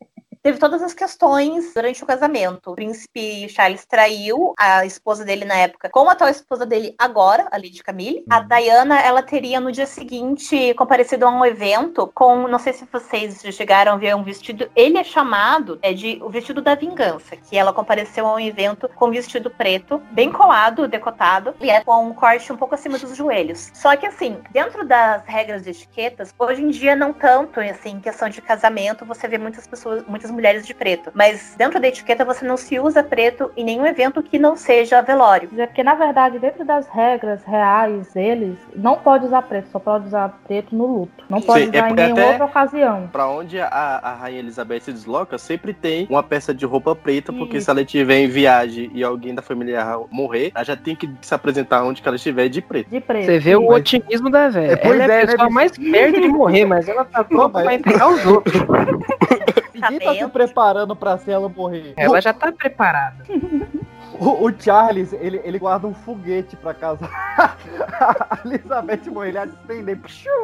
F: teve todas as questões durante o casamento. O príncipe Charles traiu a esposa dele na época com a atual esposa dele agora, a Lady Camille. A Diana, ela teria no dia seguinte comparecido a um evento com, não sei se vocês já chegaram a ver um vestido, ele é chamado é de o vestido da vingança, que ela compareceu a um evento com um vestido preto, bem colado, decotado, e é com um corte um pouco acima dos joelhos. Só que assim, dentro das regras de etiquetas, hoje em dia não tanto, assim, em questão de casamento, você vê muitas pessoas, muitas mulheres de preto, mas dentro da etiqueta você não se usa preto em nenhum evento que não seja velório.
C: É porque, na verdade, dentro das regras reais deles, não pode usar preto, só pode usar preto no luto. Não pode
B: Sim,
C: usar
B: é,
C: em nenhuma
B: até
C: outra ocasião.
B: Pra onde a, a Rainha Elizabeth se desloca, sempre tem uma peça de roupa preta, porque Isso. se ela estiver em viagem e alguém da família real morrer, ela já tem que se apresentar onde que ela estiver de preto.
C: De preto.
J: Você vê o mas... otimismo da velha. É,
A: pois
J: ela é
A: é,
J: a pessoa
A: né,
J: mais perto de morrer, mas ela tá pronta pra entregar os outros.
A: Ninguém tá se preparando pra se ela morrer.
J: Ela já tá preparada.
A: O, o Charles, ele, ele guarda um foguete pra casa. A Elizabeth morre, ele acende.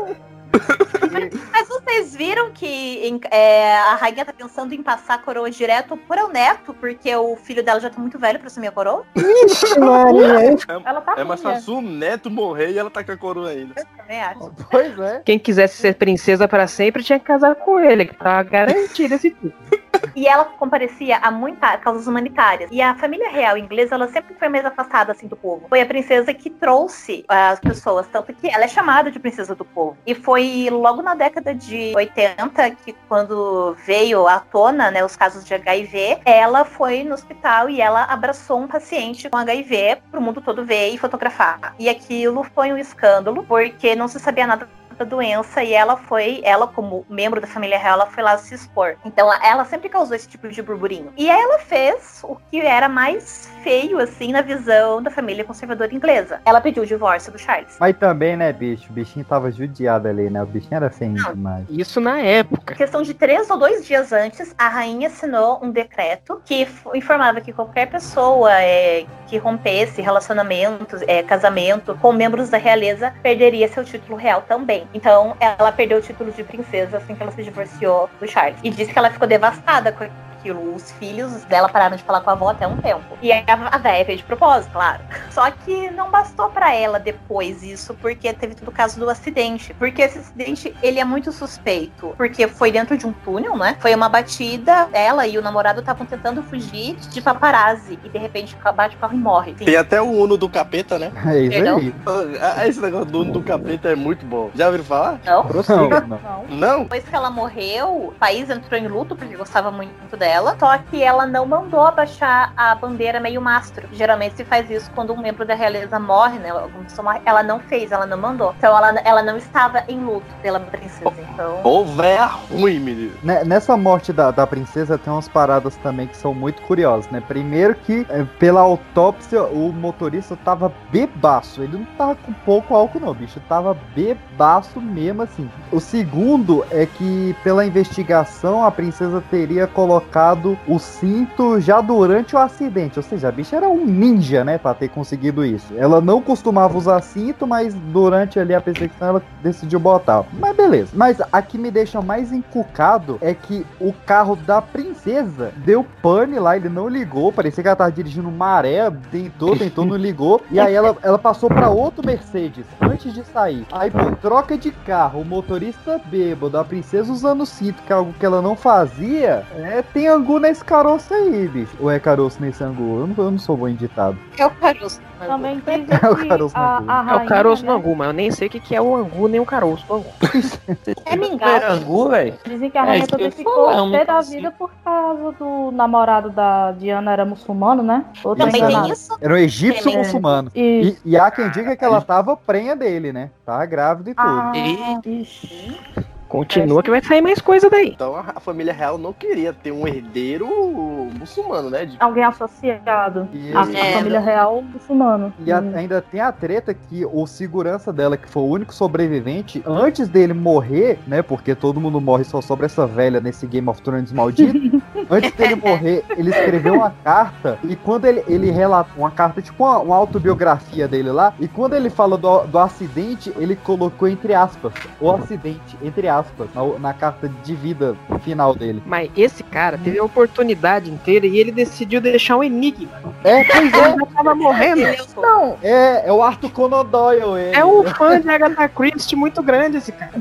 F: Mas vocês viram que em, é, a rainha tá pensando em passar a coroa direto pro neto, porque o filho dela já tá muito velho pra assumir a coroa?
A: Ixi, Maria.
C: Ela tá
B: é mais fácil o neto morrer e ela tá com a coroa ainda.
F: Eu também acho.
A: Pois é.
J: Quem quisesse ser princesa pra sempre tinha que casar com ele, que tá garantido esse título.
F: E ela comparecia a muitas causas humanitárias. E a família real inglesa, ela sempre foi mais afastada assim do povo. Foi a princesa que trouxe as pessoas, tanto que ela é chamada de princesa do povo. E foi logo na década de oitenta que, quando veio à tona, né, os casos de H I V, ela foi no hospital e ela abraçou um paciente com H I V pro mundo todo ver e fotografar. E aquilo foi um escândalo, porque não se sabia nada da doença e ela foi, ela como membro da família real, ela foi lá se expor. Então ela sempre causou esse tipo de burburinho. E aí ela fez o que era mais feio, assim, na visão da família conservadora inglesa. Ela pediu o divórcio do Charles.
A: Mas também, né, bicho? O bichinho tava judiado ali, né? O bichinho era feio demais.
J: Isso na época.
F: Questão de três ou dois dias antes, a rainha assinou um decreto que informava que qualquer pessoa é, que rompesse relacionamentos, é, casamento com membros da realeza perderia seu título real também. Então, ela perdeu o título de princesa assim que ela se divorciou do Charles. E disse que ela ficou devastada com aquilo. Os filhos dela pararam de falar com a avó até um tempo. E a, a véia fez de propósito, claro. Só que não bastou pra ela depois isso, porque teve todo o caso do acidente. Porque esse acidente, ele é muito suspeito. Porque foi dentro de um túnel, né? Foi uma batida, ela e o namorado estavam tentando fugir de paparazzi. E de repente bate o carro e morre. Sim.
B: Tem até o Uno do Capeta, né?
A: É isso
F: Perdão?
A: aí.
B: Esse negócio do Uno do Capeta é muito bom. Já ouviram falar?
F: Não.
A: Prossiga, não.
F: Não.
B: Não?
F: Depois que ela morreu, o país entrou em luto porque gostava muito dela, só que ela não mandou abaixar a bandeira meio mastro. Geralmente se faz isso quando um membro da realeza morre, né? Ela não fez, ela não mandou. Então ela, ela não estava em luto pela princesa. Então...
B: Ô, véia ruim, menino.
A: Nessa morte da, da princesa tem umas paradas também que são muito curiosas, né? Primeiro que, pela autópsia, o motorista tava bebaço. Ele não tava com pouco álcool, não, bicho. Tava bebaço mesmo, assim. O segundo é que, pela investigação, a princesa teria colocado o cinto já durante o acidente. Ou seja, a bicha era um ninja, né? Pra ter conseguido isso. Ela não costumava usar cinto, mas durante ali a perseguição ela decidiu botar. Mas beleza. Mas a que me deixa mais encucado é que o carro da princesa deu pane lá, ele não ligou. Parecia que ela tava dirigindo maré. Tentou, tentou, não ligou. E aí ela, ela passou pra outro Mercedes antes de sair. Aí, por troca de carro, o motorista bêbado, a princesa usando cinto, que é algo que ela não fazia, é, tem angu nesse caroço aí, bicho. Ou é caroço nesse angu? Eu não, eu não sou bom em ditado.
F: É o caroço.
C: Também dizem
A: É o
C: que
A: caroço no
C: a,
A: angu.
C: a
J: É
C: rainha,
J: o caroço
C: né?
J: no angu, mas eu nem sei o que que é o angu nem o caroço do angu.
F: É mingau.
D: Angu, velho?
C: Dizem que a
D: É,
C: rainha
D: isso que eu
C: também
D: ia
C: ficou
D: falar, eu não
C: pé da
D: consigo.
C: vida por causa do namorado da Diana, era muçulmano, né? Ou tô
F: Também
C: enganado?
F: tem isso.
A: Era um egípcio
F: Também.
A: muçulmano.
C: E...
A: E, e há quem diga que ela tava prenha dele, né? Tá grávida e tudo.
C: Ah,
J: E-
C: ixi.
J: Continua que vai sair mais coisa daí.
B: Então a, a família real não queria ter um herdeiro muçulmano, né? De-
C: Alguém associado
A: E,
C: à
F: É.
C: família real muçulmana.
A: e a-
C: Hum.
A: ainda tem a treta que o segurança dela, que foi o único sobrevivente, antes dele morrer, né? Porque todo mundo morre, só sobra essa velha nesse Game of Thrones maldito. Antes dele morrer, ele escreveu uma carta. E quando ele, ele relata uma carta, tipo uma, uma autobiografia dele lá. E quando ele fala do, do acidente, ele colocou entre aspas: o acidente, entre aspas. aspas na, na carta de vida final dele.
J: Mas esse cara teve a oportunidade inteira e ele decidiu deixar um enigma.
A: É, pois é.
J: Ele já tava morrendo.
A: Não. É, é o Arthur Conan Doyle, ele.
J: É um fã de Agatha Christie muito grande esse cara.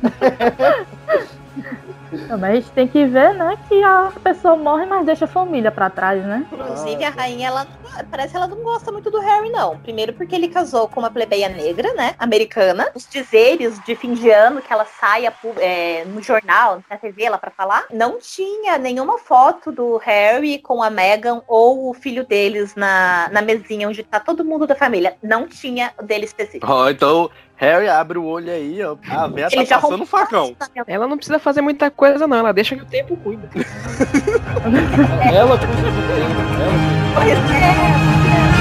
C: Não, mas a gente tem que ver, né, que a pessoa morre, mas deixa a família pra trás, né?
F: Inclusive, a rainha, ela parece que ela não gosta muito do Harry, não. Primeiro porque ele casou com uma plebeia negra, né, americana. Os dizeres de fim de ano que ela saia é, no jornal, na T V, lá pra falar, não tinha nenhuma foto do Harry com a Meghan ou o filho deles na, na mesinha onde tá todo mundo da família. Não tinha o dele específico.
B: Ó, oh, então... Harry abre o olho aí, ó. A véia tá passando um facão.
J: Ela não precisa fazer muita coisa, não. Ela deixa que o tempo cuida.
A: Ela cuida do tempo. Ela...
F: Pois é.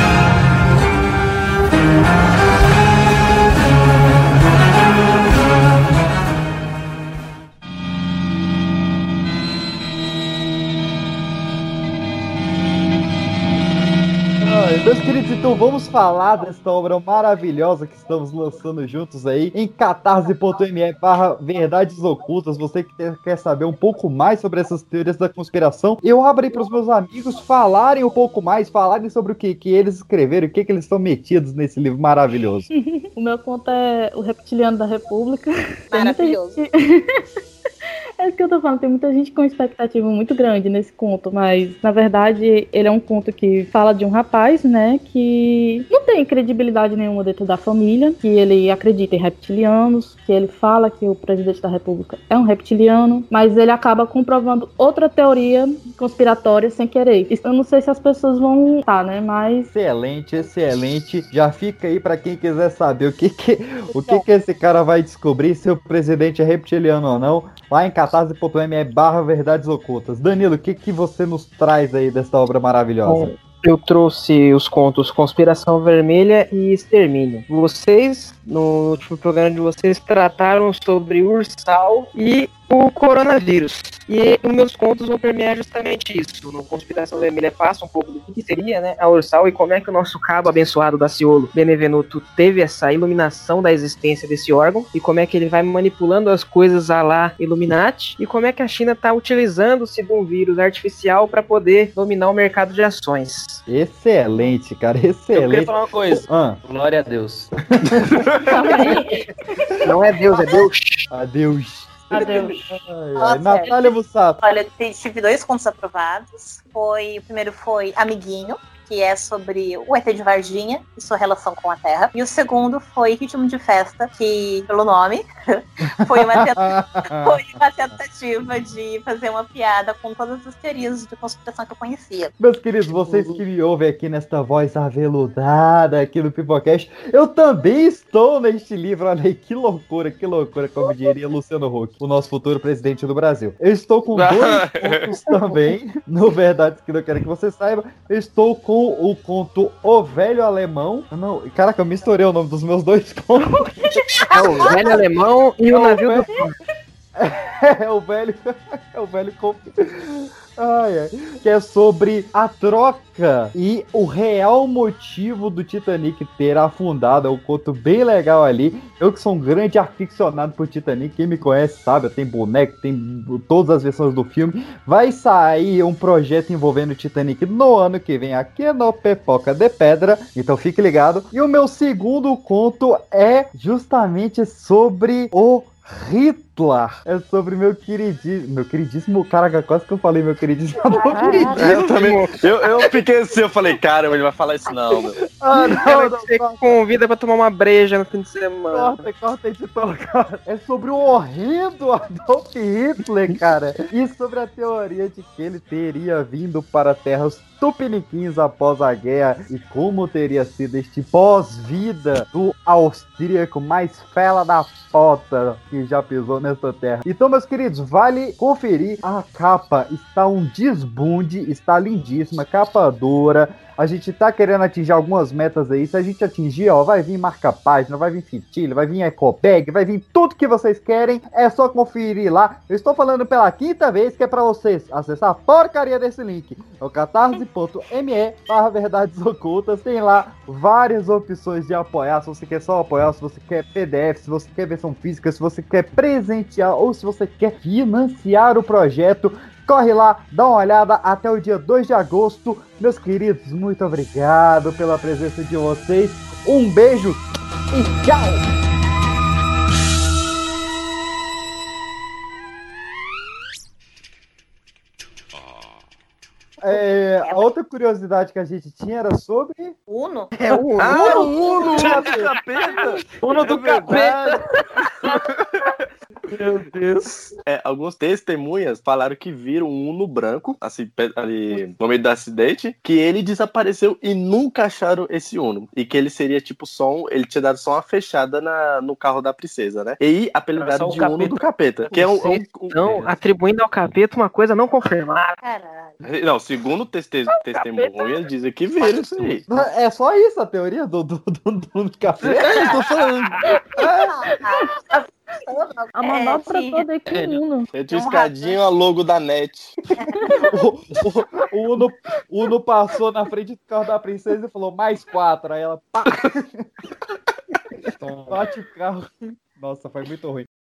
A: Meus queridos, então vamos falar desta obra maravilhosa que estamos lançando juntos aí em catarse.me barra verdades ocultas. Você que quer saber um pouco mais sobre essas teorias da conspiração, eu abro aí para os meus amigos falarem um pouco mais, falarem sobre o que, que eles escreveram, o que, que eles estão metidos nesse livro maravilhoso.
C: O meu conto é O Reptiliano da República.
F: Maravilhoso.
C: É isso que eu tô falando, tem muita gente com expectativa muito grande nesse conto, mas na verdade ele é um conto que fala de um rapaz, né, que não tem credibilidade nenhuma dentro da família, que ele acredita em reptilianos, que ele fala que o presidente da república é um reptiliano, mas ele acaba comprovando outra teoria conspiratória sem querer. Eu não sei se as pessoas vão tá, né, mas...
A: Excelente, excelente. Já fica aí pra quem quiser saber o que que, o que que esse cara vai descobrir, se o presidente é reptiliano ou não, lá em catarse.me barra verdades ocultas. Danilo, o que que você nos traz aí dessa obra maravilhosa?
J: Bom, eu trouxe os contos Conspiração Vermelha e Extermínio. Vocês, no último programa de vocês, trataram sobre Ursal e o coronavírus. E os meus contos vão permear justamente isso. No Conspiração Vermelha passa um pouco do que seria, né, a Ursal e como é que o nosso cabo abençoado Daciolo Benevenuto teve essa iluminação da existência desse órgão e como é que ele vai manipulando as coisas à la Illuminati e como é que a China está utilizando-se de um vírus artificial para poder dominar o mercado de ações.
A: Excelente, cara, excelente. Eu
D: queria falar uma coisa.
A: Ah.
D: Glória a Deus.
J: Não é Deus, é Deus.
A: Adeus.
C: Adeus.
A: Ai, ai. Natália Bussato.
F: Olha, eu tive dois contos aprovados. Foi, o primeiro foi Amiguinho, que é sobre o E T de Varginha e sua relação com a Terra. E o segundo foi Ritmo de Festa, que, pelo nome, foi uma, tenta... foi uma tentativa de fazer uma piada com todas as teorias de conspiração que eu conhecia.
A: Meus queridos, vocês que me ouvem aqui nesta voz aveludada aqui no Pipocast, eu também estou neste livro. Olha aí, que loucura, que loucura, como diria Luciano Huck, o nosso futuro presidente do Brasil. Eu estou com dois contos também, no Verdades que não quero que você saiba. Eu estou com o conto O Velho Alemão. Não, caraca, eu misturei o nome dos meus dois contos.
J: É o Velho Alemão e o Navio do
A: É o velho. É o velho conto. Ai, ai. Que é sobre a troca e o real motivo do Titanic ter afundado. É um conto bem legal ali. Eu que sou um grande aficionado por Titanic, quem me conhece sabe, tem boneco, tem todas as versões do filme. Vai sair um projeto envolvendo o Titanic no ano que vem aqui no Pipoca de Pedra, então fique ligado. E o meu segundo conto é justamente sobre o Hitler. É sobre meu queridíssimo. Meu queridíssimo. Caraca, quase que eu falei meu queridíssimo.
B: Eu também. Eu, eu fiquei assim, eu falei, cara, ele vai falar isso não, meu.
J: Ah, não, não, não, você não. Convida pra tomar uma breja no fim de semana.
A: Corta, corta, editor, cara. É sobre o horrendo Adolf Hitler, cara. E sobre a teoria de que ele teria vindo para a Terra os tupiniquins após a guerra e como teria sido este pós-vida do austríaco mais fela da foto que já pisou nessa terra. Então, meus queridos, vale conferir a capa. Está um desbunde, está lindíssima, capa dura. A gente tá querendo atingir algumas metas aí. Se a gente atingir, ó, vai vir marca-página, vai vir fitilho, vai vir ecobag, vai vir tudo que vocês querem. É só conferir lá. Eu estou falando pela quinta vez que é pra vocês acessar a porcaria desse link. É o catarse.me barra verdades ocultas. Tem lá várias opções de apoiar. Se você quer só apoiar, se você quer P D F, se você quer versão física, se você quer presentear ou se você quer financiar o projeto. Corre lá, dá uma olhada até o dia dois de agosto. Meus queridos, muito obrigado pela presença de vocês. Um beijo e tchau! É, a outra curiosidade que a gente tinha era sobre...
F: Uno?
J: É o Uno.
B: Ah, o Uno! Uno do capeta!
D: Uno do
B: É
D: capeta! Meu Deus.
B: É, alguns testemunhas falaram que viram um Uno branco, assim, pe- ali no meio do acidente, que ele desapareceu e nunca acharam esse Uno. E que ele seria tipo só um, ele tinha dado só uma fechada na, no carro da princesa, né? E aí, apelidado
D: Só o
B: de Uno
D: capeta.
B: do capeta. Que é um, é um- um-
J: Então, atribuindo ao capeta uma coisa não confirmada.
F: Caralho.
B: Não, segundo teste- testemunhas, dizem que viram isso aí.
A: É só isso a teoria do, do, do, do, do café?
B: É, eu tô falando.
C: A manobra
F: sim.
C: toda é que Uno.
B: Eu tinha escadinho a logo da net.
A: O, o, o, Uno, o Uno passou na frente do carro da princesa e falou mais quatro. Aí ela pá, bate o carro. Nossa, foi muito ruim.